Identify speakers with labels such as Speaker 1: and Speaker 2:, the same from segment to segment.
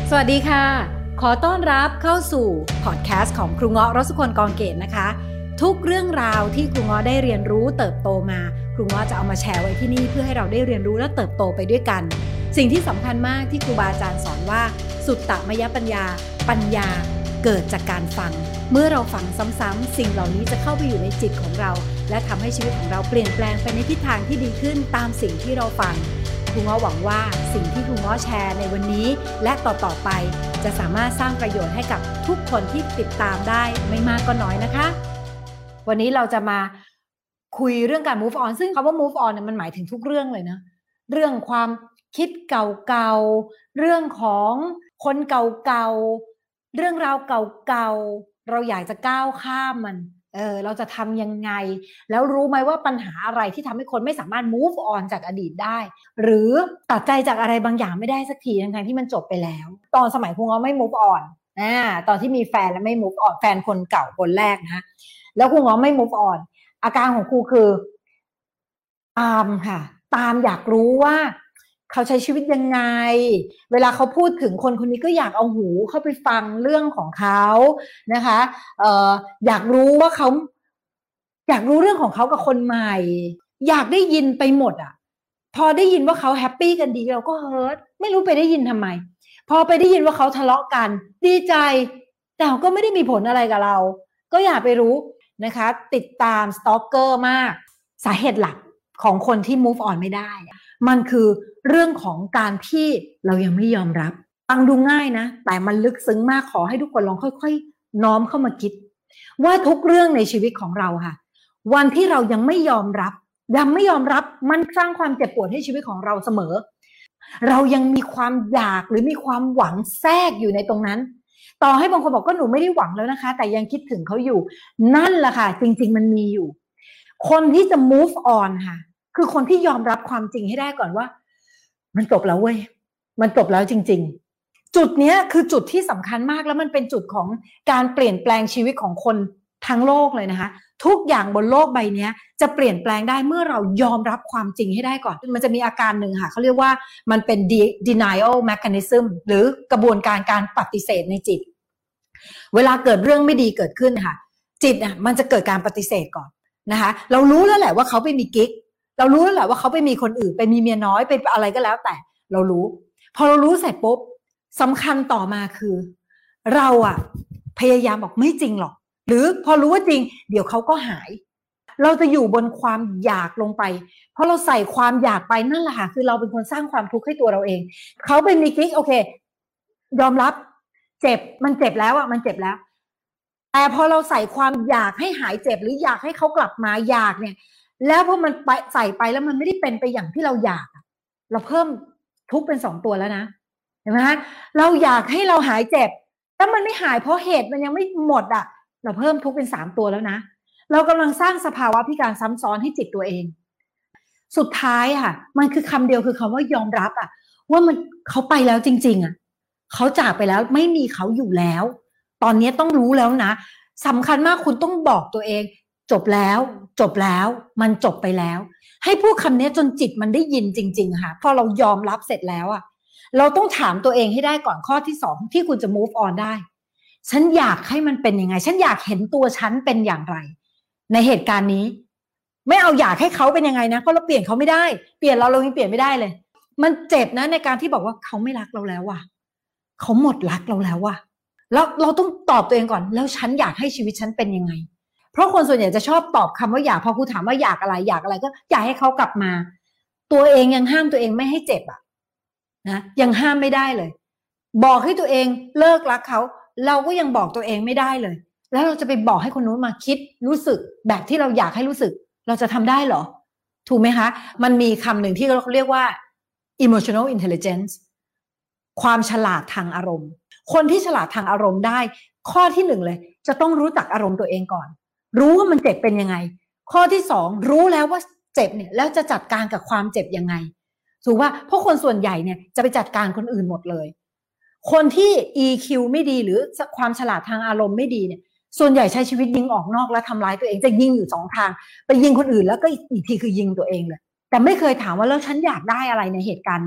Speaker 1: สวัสดีค่ะขอต้อนรับเข้าสู่พอดแคสต์ของครูเงาะรสคนกองเกตนะคะทุกเรื่องราวที่ครูเงาะได้เรียนรู้เติบโตมาครูเงาะจะเอามาแชร์ไว้ที่นี่เพื่อให้เราได้เรียนรู้และเติบโตไปด้วยกันสิ่งที่สำคัญมากที่ครูบาอาจารย์สอนว่าสุตตมยปัญญาเกิดจากการฟังเมื่อเราฟังซ้ำๆสิ่งเหล่านี้จะเข้าไปอยู่ในจิตของเราและทำให้ชีวิตของเราเปลี่ยนแปลงไปในทิศทางที่ดีขึ้นตามสิ่งที่เราฟังครูเงาะหวังว่าสิ่งที่ครูเงาะแชร์ในวันนี้และต่อๆไปจะสามารถสร้างประโยชน์ให้กับทุกคนที่ติดตามได้ไม่มากก็น้อยนะคะวันนี้เราจะมาคุยเรื่องการ move on ซึ่งคำว่า move on เนี่ยมันหมายถึงทุกเรื่องเลยนะเรื่องความคิดเก่าๆเรื่องของคนเก่าๆเรื่องราวเก่าๆเราอยากจะก้าวข้ามมันเราจะทำยังไงแล้วรู้ไหมว่าปัญหาอะไรที่ทำให้คนไม่สามารถ move on จากอดีตได้หรือตัดใจจากอะไรบางอย่างไม่ได้สักทีทั้งที่มันจบไปแล้วตอนสมัยครูเงาะไม่ move on ตอนที่มีแฟนแล้วไม่ move on แฟนคนเก่าคนแรกนะแล้วครูเงาะไม่ move on อาการของครูคือตามค่ะตามอยากรู้ว่าเขาใช้ชีวิตยังไงเวลาเขาพูดถึงคนคนนี้ก็อยากเอาหูเข้าไปฟังเรื่องของเขานะคะอยากรู้ว่าเขาอยากรู้เรื่องของเขากับคนใหม่อยากได้ยินไปหมดอ่ะพอได้ยินว่าเขาแฮปปี้กันดีเราก็เฮิร์ตไม่รู้ไปได้ยินทำไมพอไปได้ยินว่าเขาทะเลาะกันดีใจแต่ก็ไม่ได้มีผลอะไรกับเราก็อย่าไปรู้นะคะติดตามสตอกเกอร์มากสาเหตุหลักของคนที่ move on ไม่ได้มันคือเรื่องของการที่เรายังไม่ยอมรับฟังดูง่ายนะแต่มันลึกซึ้งมากขอให้ทุกคนลองค่อยๆน้อมเข้ามาคิดว่าทุกเรื่องในชีวิตของเราค่ะวันที่เรายังไม่ยอมรับมันสร้างความเจ็บปวดให้ชีวิตของเราเสมอเรายังมีความอยากหรือมีความหวังแทรกอยู่ในตรงนั้นต่อให้บางคนบอกก็หนูไม่ได้หวังแล้วนะคะแต่ยังคิดถึงเขาอยู่นั่นแหละค่ะจริงๆมันมีอยู่คนที่จะ move on ค่ะคือคนที่ยอมรับความจริงให้ได้ก่อนว่ามันจบแล้วเว้ยมันจบแล้วจริงๆจุดนี้คือจุดที่สำคัญมากแล้วมันเป็นจุดของการเปลี่ยนแปลงชีวิตของคนทั้งโลกเลยนะคะทุกอย่างบนโลกใบนี้จะเปลี่ยนแปลงได้เมื่อเรายอมรับความจริงให้ได้ก่อนมันจะมีอาการหนึ่งค่ะเขาเรียกว่ามันเป็น denial mechanism หรือกระบวนการปฏิเสธในจิตเวลาเกิดเรื่องไม่ดีเกิดขึ้นค่ะจิตมันจะเกิดการปฏิเสธก่อนนะคะเรารู้แล้วแหละว่าเขาไปมีกิ๊กเรารู้แล้วแหละว่าเขาไปมีคนอื่นไปมีเมียน้อยไปอะไรก็แล้วแต่เรารู้พอเรารู้เสร็จปุ๊บสำคัญต่อมาคือเราพยายามบอกไม่จริงหรอกหรือพอรู้ว่าจริงเดี๋ยวเขาก็หายเราจะอยู่บนความอยากลงไปเพราะเราใส่ความอยากไปนั่นแหละค่ะคือเราเป็นคนสร้างความทุกข์ให้ตัวเราเองเขาไปมีกิ๊กโอเคยอมรับเจ็บมันเจ็บแล้วมันเจ็บแล้วแต่พอเราใส่ความอยากให้หายเจ็บหรืออยากให้เขากลับมาอยากเนี่ยแล้วพอมันไปใส่ไปแล้วมันไม่ได้เป็นไปอย่างที่เราอยากเราเพิ่มทุกข์เป็น2ตัวแล้วนะเห็นไหมฮะเราอยากให้เราหายเจ็บถ้ามันไม่หายเพราะเหตุมันยังไม่หมดเราเพิ่มทุกข์เป็น3ตัวแล้วนะเรากำลังสร้างสภาวะพิการซ้ำซ้อนให้จิตตัวเองสุดท้ายมันคือคำเดียวคือคำว่ายอมรับว่ามันเขาไปแล้วจริงๆเขาจากไปแล้วไม่มีเขาอยู่แล้วตอนนี้ต้องรู้แล้วนะสำคัญมากคุณต้องบอกตัวเองจบแล้วมันจบไปแล้วให้พูดคำนี้จนจิตมันได้ยินจริงๆค่ะพอเรายอมรับเสร็จแล้วเราต้องถามตัวเองให้ได้ก่อนข้อที่2ที่คุณจะ move on ได้ฉันอยากให้มันเป็นยังไงฉันอยากเห็นตัวฉันเป็นอย่างไรในเหตุการณ์นี้ไม่เอาอยากให้เขาเป็นยังไงนะเพราะเราเปลี่ยนเขาไม่ได้เปลี่ยนเรายังเปลี่ยนไม่ได้เลยมันเจ็บนะในการที่บอกว่าเขาไม่รักเราแล้วเขาหมดรักเราแล้วแล้วเราต้องตอบตัวเองก่อนแล้วฉันอยากให้ชีวิตฉันเป็นยังไงเพราะคนส่วนใหญ่จะชอบตอบคำว่าอยากพอครูถามว่าอยากอะไรก็อยากให้เขากลับมาตัวเองยังห้ามตัวเองไม่ให้เจ็บนะยังห้ามไม่ได้เลยบอกให้ตัวเองเลิกรักเขาเราก็ยังบอกตัวเองไม่ได้เลยแล้วเราจะไปบอกให้คนนู้นมาคิดรู้สึกแบบที่เราอยากให้รู้สึกเราจะทำได้เหรอถูกไหมคะมันมีคำหนึ่งที่เราเรียกว่า emotional intelligence ความฉลาดทางอารมณ์คนที่ฉลาดทางอารมณ์ได้ข้อที่1เลยจะต้องรู้จักอารมณ์ตัวเองก่อนรู้ว่ามันเจ็บเป็นยังไงข้อที่2รู้แล้วว่าเจ็บเนี่ยแล้วจะจัดการกับความเจ็บยังไงถูกป่ะเพราะคนส่วนใหญ่เนี่ยจะไปจัดการคนอื่นหมดเลยคนที่ EQ ไม่ดีหรือความฉลาดทางอารมณ์ไม่ดีเนี่ยส่วนใหญ่ใช้ชีวิตยิงออกนอกและทำร้ายตัวเองจะยิงอยู่2ทางไปยิงคนอื่นแล้วก็อีกทีคือยิงตัวเองเลยแต่ไม่เคยถามว่าแล้วฉันอยากได้อะไรในเหตุการณ์เนี้ย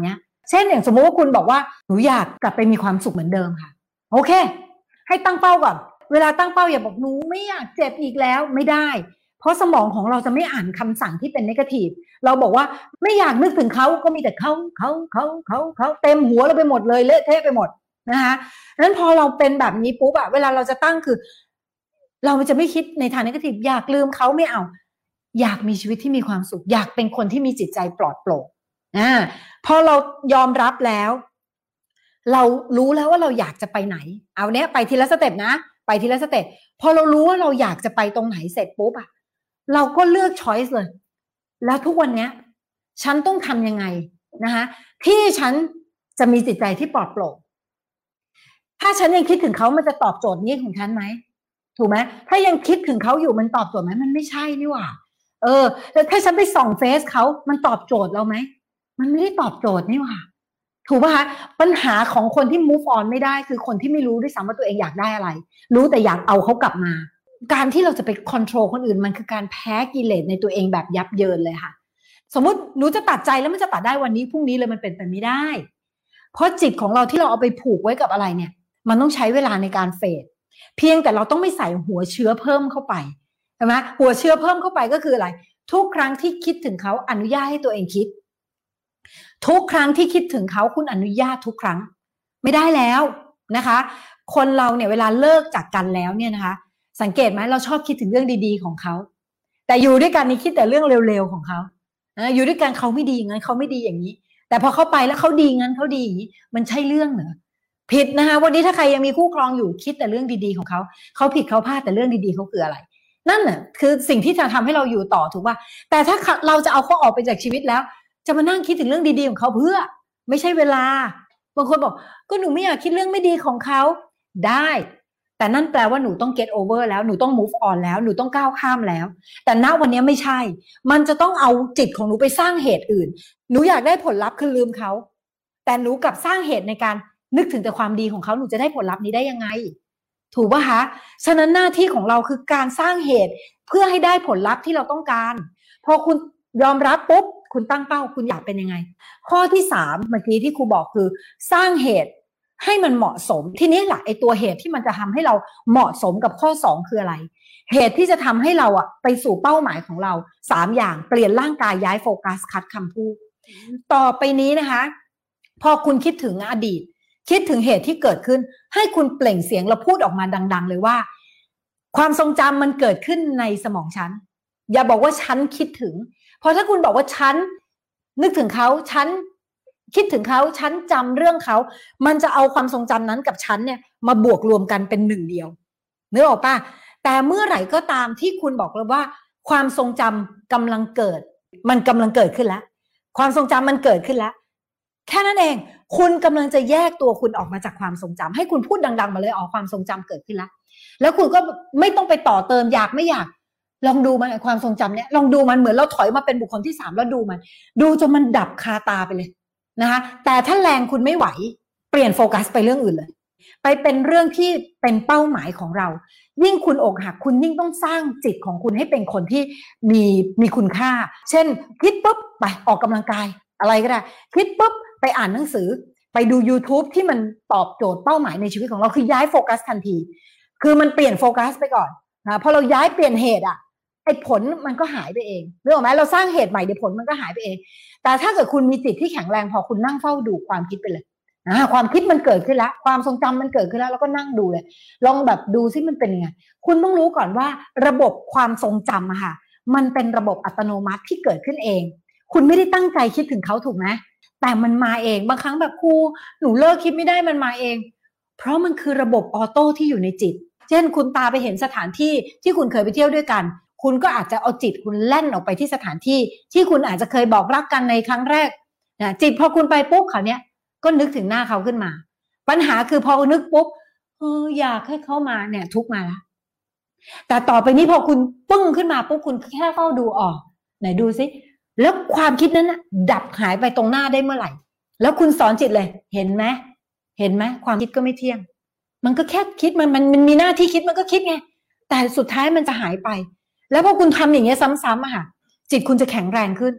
Speaker 1: เช่นอย่างสมมติว่าคุณบอกว่าหนูอยากกลับไปมีความสุขเหมือนเดิมค่ะโอเคให้ตั้งเป้าก่อนเวลาตั้งเป้าอย่าบอกหนูไม่อยากเจ็บอีกแล้วไม่ได้เพราะสมองของเราจะไม่อ่านคำสั่งที่เป็นเนกาทีฟเราบอกว่าไม่อยากนึกถึงเขาก็มีแต่เขาเต็มหัวเราไปหมดเลยเละเทะไปหมดนะคะนั้นพอเราเป็นแบบนี้ปุ๊บอะเวลาเราจะตั้งคือเราจะไม่คิดในทางเนกาทีฟอยากลืมเขาไม่เอาอยากมีชีวิตที่มีความสุขอยากเป็นคนที่มีจิตใจปลอดโปร่งพอเรายอมรับแล้วเรารู้แล้วว่าเราอยากจะไปไหนเอาเนี้ยไปทีละสเต็ปนะไปทีละสเต็ปพอเรารู้ว่าเราอยากจะไปตรงไหนเสร็จปุ๊บอะเราก็เลือกช้อยส์เลยแล้วทุกวันเนี้ยฉันต้องทำยังไงนะคะที่ฉันจะมีจิตใจที่ปลอดโปร่งถ้าฉันยังคิดถึงเขามันจะตอบโจทย์นี้ของฉันไหมถูกไหมถ้ายังคิดถึงเขาอยู่มันตอบโจทย์ไหมมันไม่ใช่นี่หว่าแล้วถ้าฉันไปส่องเฟซเขามันตอบโจทย์เราไหมมันไม่ได้ตอบโจทย์นี่หว่าถูกป่ะคะปัญหาของคนที่ move on ไม่ได้คือคนที่ไม่รู้ด้วยซ้ำว่าตัวเองอยากได้อะไรรู้แต่อยากเอาเขากลับมาการที่เราจะไปคอนโทรลคนอื่นมันคือการแพ้กิเลสในตัวเองแบบยับเยินเลยค่ะสมมติหนูจะตัดใจแล้วมันจะตัดได้วันนี้พรุ่งนี้เลยมันเป็นไปไม่ได้เพราะจิตของเราที่เราเอาไปผูกไว้กับอะไรเนี่ยมันต้องใช้เวลาในการเฟดเพียงแต่เราต้องไม่ใส่หัวเชื้อเพิ่มเข้าไปใช่ไหมหัวเชื้อเพิ่มเข้าไปก็คืออะไรทุกครั้งที่คิดถึงเขาอนุญาตให้ตัวเองคิดทุกครั้งที่คิดถึงเขาคุณอนุญาตทุกครั้งไม่ได้แล้วนะคะคนเราเนี่ยเวลาเลิกจากกันแล้วเนี่ยนะคะสังเกตไหมเราชอบคิดถึงเรื่องดีๆของเขาแต่อยู่ด้วยกันนี่คิดแต่เรื่องเร็วๆของเขาอยู่ด้วยกันเขาไม่ดีงั้นเขาไม่ดีอย่างนี้แต่พอเขาไปแล้วเขาดีงั้นเขาดีอย่างนี้มันใช่เรื่องเหรอผิดนะคะวันนี้ถ้าใครยังมีคู่ครองอยู่คิดแต่เรื่องดีๆของเขาเขาผิดเขาพลาดแต่เรื่องดีๆเขาคืออะไรนั่นน่ะคือสิ่งที่จะทำให้เราอยู่ต่อถูกป่ะแต่ถ้าเราจะเอาเขาออกไปจากชีวิตแล้วจะมานั่งคิดถึงเรื่องดีๆของเขาเพื่อไม่ใช่เวลาบางคนบอกก็หนูไม่อยากคิดเรื่องไม่ดีของเขาได้แต่นั่นแปลว่าหนูต้อง get over แล้วหนูต้อง move on แล้วหนูต้องก้าวข้ามแล้วแต่ณวันนี้ไม่ใช่มันจะต้องเอาจิตของหนูไปสร้างเหตุอื่นหนูอยากได้ผลลัพธ์คือลืมเขาแต่หนูกลับสร้างเหตุในการนึกถึงแต่ความดีของเขาหนูจะได้ผลลัพธ์นี้ได้ยังไงถูกป่ะคะฉะนั้นหน้าที่ของเราคือการสร้างเหตุเพื่อให้ได้ผลลัพธ์ที่เราต้องการพอคุณยอมรับปุ๊บคุณตั้งเป้าคุณอยากเป็นยังไงข้อที่3เมื่อกี้ที่ครูบอกคือสร้างเหตุให้มันเหมาะสมทีนี้แหละไอ้ตัวเหตุที่มันจะทำให้เราเหมาะสมกับข้อ2คืออะไรเหตุที่จะทำให้เราไปสู่เป้าหมายของเรา3อย่างเปลี่ยนร่างกายย้ายโฟกัสคัดคำพูดต่อไปนี้นะคะพอคุณคิดถึงอดีตคิดถึงเหตุที่เกิดขึ้นให้คุณเปล่งเสียงแล้วพูดออกมาดังๆเลยว่าความทรงจำมันเกิดขึ้นในสมองฉันอย่าบอกว่าฉันคิดถึงเพราะถ้าคุณบอกว่าฉันนึกถึงเขาฉันคิดถึงเขาฉันจำเรื่องเขามันจะเอาความทรงจำนั้นกับฉันเนี่ยมาบวกรวมกันเป็นหนึ่งเดียวนึกออกป่ะแต่เมื่อไหร่ก็ตามที่คุณบอกเลยว่าความทรงจำกำลังเกิดมันกำลังเกิดขึ้นแล้วความทรงจำมันเกิดขึ้นแล้วแค่นั้นเองคุณกำลังจะแยกตัวคุณออกมาจากความทรงจำให้คุณพูดดังๆมาเลยอ๋อความทรงจำเกิดขึ้นแล้วคุณก็ไม่ต้องไปต่อเติมอยากไม่อยากลองดูมันความทรงจำเนี่ยลองดูมันเหมือนเราถอยมาเป็นบุคคลที่3แล้วดูมันดูจนมันดับคาตาไปเลยนะคะแต่ถ้าแรงคุณไม่ไหวเปลี่ยนโฟกัสไปเรื่องอื่นเลยไปเป็นเรื่องที่เป็นเป้าหมายของเรายิ่งคุณอกหักคุณยิ่งต้องสร้างจิตของคุณให้เป็นคนที่มีคุณค่าเช่นคิดปุ๊บไปออกกำลังกายอะไรก็ได้คิดปุ๊บไปอ่านหนังสือไปดู YouTube ที่มันตอบโจทย์เป้าหมายในชีวิตของเราคือย้ายโฟกัสทันทีคือมันเปลี่ยนโฟกัสไปก่อนนะพอเราย้ายเปลี่ยนเหตุไอ้ผลมันก็หายไปเองนึกออกไหมเราสร้างเหตุใหม่เดี๋ยวผลมันก็หายไปเองแต่ถ้าเกิดคุณมีจิตที่แข็งแรงพอคุณนั่งเฝ้าดูความคิดไปเลยความคิดมันเกิดขึ้นแล้วความทรงจำมันเกิดขึ้นแล้วก็นั่งดูเลยลองแบบดูซิมันเป็นยังไงคุณต้องรู้ก่อนว่าระบบความทรงจำอะค่ะมันเป็นระบบอัตโนมัติที่เกิดขึ้นเองคุณไม่ได้ตั้งใจคิดถึงเขาถูกไหมแต่มันมาเองบางครั้งแบบครูหนูเลิกคิดไม่ได้มันมาเองเพราะมันคือระบบออโต้ที่อยู่ในจิตเช่นคุณตาไปเห็นสถานที่ที่คุณเคยไปเที่ยวด้วยกันคุณก็อาจจะเอาจิตคุณแล่นออกไปที่สถานที่ที่คุณอาจจะเคยบอกรักกันในครั้งแรกนะจิตพอคุณไปปุ๊บเขาเนี้ยก็นึกถึงหน้าเขาขึ้นมาปัญหาคือพอนึกปุ๊บอยากให้เขามาเนี่ยทุกมาแล้วแต่ต่อไปนี้พอคุณปึ้งขึ้นมาปุ๊บคุณแค่เฝ้าดูออกไหนดูซิแล้วความคิดนั้นนะดับหายไปตรงหน้าได้เมื่อไหร่แล้วคุณสอนจิตเลยเห็นไหมความคิดก็ไม่เที่ยงมันก็แค่คิดมันมีหน้าที่คิดมันก็คิดไงแต่สุดท้ายมันจะหายไปแล้วพอคุณทำอย่างเงี้ยซ้ำๆอะค่ะจิตคุณจะแข็งแรงขึ้น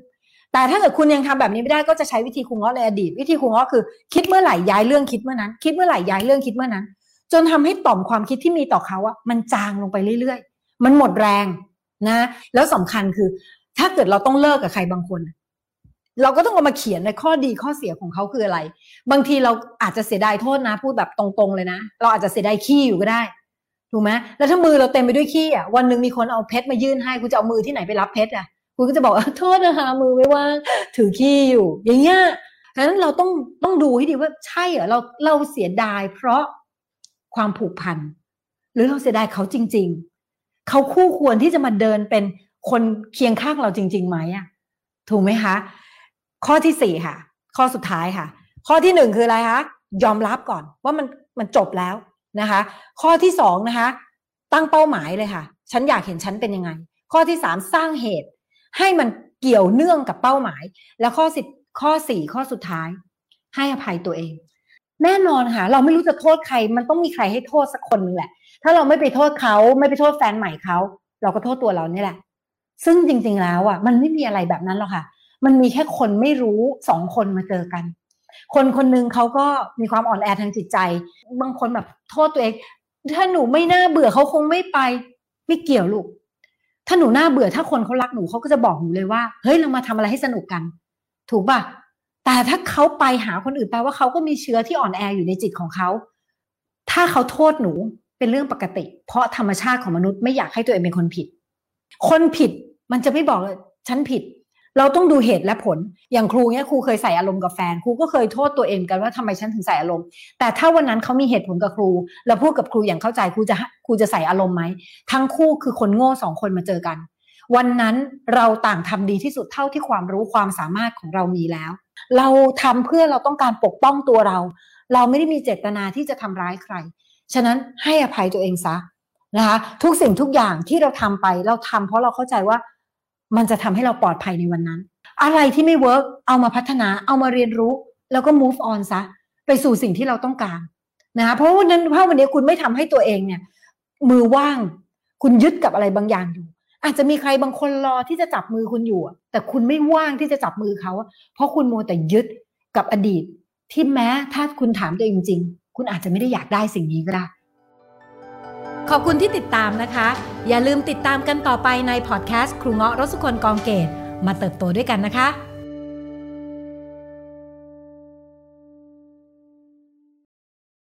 Speaker 1: แต่ถ้าเกิดคุณยังทำแบบนี้ไม่ได้ก็จะใช้วิธีครูเงาะในอดีตวิธีครูเงาะคือคิดเมื่อไหร่ย้ายเรื่องคิดเมื่อนั้นคิดเมื่อไหร่ย้ายเรื่องคิดเมื่อนั้นจนทำให้ต่อมความคิดที่มีต่อเขาอะมันจางลงไปเรื่อยๆมันหมดแรงนะแล้วสำคัญคือถ้าเกิดเราต้องเลิกกับใครบางคนเราก็ต้องเอามาเขียนในข้อดีข้อเสียของเขาคืออะไรบางทีเราอาจจะเสียดายโทษนะพูดแบบตรงๆเลยนะเราอาจจะเสียดายขี้อยู่ก็ได้ถูกไหมแล้วถ้ามือเราเต็มไปด้วยขี้อ่ะวันหนึ่งมีคนเอาเพชรมายื่นให้คุณจะเอามือที่ไหนไปรับเพชรอ่ะคุณก็จะบอกโทษนะคะมือไม่ว่างถือขี้อยู่อย่างเงี้ยฉะนั้นเราต้องดูให้ดีว่าใช่เหรอเราเสียดายเพราะความผูกพันหรือเราเสียดายเขาจริงๆเขาคู่ควรที่จะมาเดินเป็นคนเคียงข้างเราจริงๆไหมอ่ะถูกไหมคะข้อที่สี่ค่ะข้อสุดท้ายค่ะข้อที่หนึ่งคืออะไรคะยอมรับก่อนว่ามันจบแล้วนะคะข้อที่สองนะคะตั้งเป้าหมายเลยค่ะฉันอยากเห็นฉันเป็นยังไงข้อที่สามสร้างเหตุให้มันเกี่ยวเนื่องกับเป้าหมายแล้วข้อสี่ข้อสุดท้ายให้อภัยตัวเองแน่นอนค่ะเราไม่รู้จะโทษใครมันต้องมีใครให้โทษสักคนนึงแหละถ้าเราไม่ไปโทษเขาไม่ไปโทษแฟนใหม่เขาเราก็โทษตัวเรานี่แหละซึ่งจริงๆแล้วอ่ะมันไม่มีอะไรแบบนั้นหรอกค่ะมันมีแค่คนไม่รู้สองคนมาเจอกันคนคนนึงเขาก็มีความอ่อนแอทางจิตใจบางคนแบบโทษตัวเองถ้าหนูไม่น่าเบื่อเขาคงไม่ไปไม่เกี่ยวลูกถ้าหนูน่าเบื่อถ้าคนเขารักหนูเขาก็จะบอกหนูเลยว่าเฮ้ยเรามาทำอะไรให้สนุกกันถูกป่ะแต่ถ้าเขาไปหาคนอื่นแปลว่าเขาก็มีเชื้อที่อ่อนแออยู่ในจิตของเขาถ้าเขาโทษหนูเป็นเรื่องปกติเพราะธรรมชาติของมนุษย์ไม่อยากให้ตัวเองเป็นคนผิดคนผิดมันจะไม่บอกเลยฉันผิดเราต้องดูเหตุและผลอย่างครูเนี่ยครูเคยใส่อารมณ์กับแฟนครูก็เคยโทษตัวเองกันว่าทำไมฉันถึงใส่อารมณ์แต่ถ้าวันนั้นเขามีเหตุผลกับครูแล้วพูดกับครูอย่างเข้าใจครูจะใส่อารมณ์ไหมทั้งคู่คือคนโง่สองคนมาเจอกันวันนั้นเราต่างทำดีที่สุดเท่าที่ความรู้ความสามารถของเรามีแล้วเราทำเพื่อเราต้องการปกป้องตัวเราไม่ได้มีเจตนาที่จะทำร้ายใครฉะนั้นให้อภัยตัวเองซะนะคะทุกสิ่งทุกอย่างที่เราทำไปเราทำเพราะเราเข้าใจว่ามันจะทำให้เราปลอดภัยในวันนั้นอะไรที่ไม่เวิร์กเอามาพัฒนาเอามาเรียนรู้แล้วก็ move on ซะไปสู่สิ่งที่เราต้องการนะคะเพราะวันนี้คุณไม่ทำให้ตัวเองเนี่ยมือว่างคุณยึดกับอะไรบางอย่างอยู่อาจจะมีใครบางคนรอที่จะจับมือคุณอยู่แต่คุณไม่ว่างที่จะจับมือเขาเพราะคุณมัวแต่ยึดกับอดีตที่แม้ถ้าคุณถามตัวเองจริงคุณอาจจะไม่ได้อยากได้สิ่งนี้ก็ได้ขอบคุณที่ติดตามนะคะอย่าลืมติดตามกันต่อไปในพอดแคสต์ครูเงาะรสุคนกองเกตมาเติบโตด้วยกันนะคะ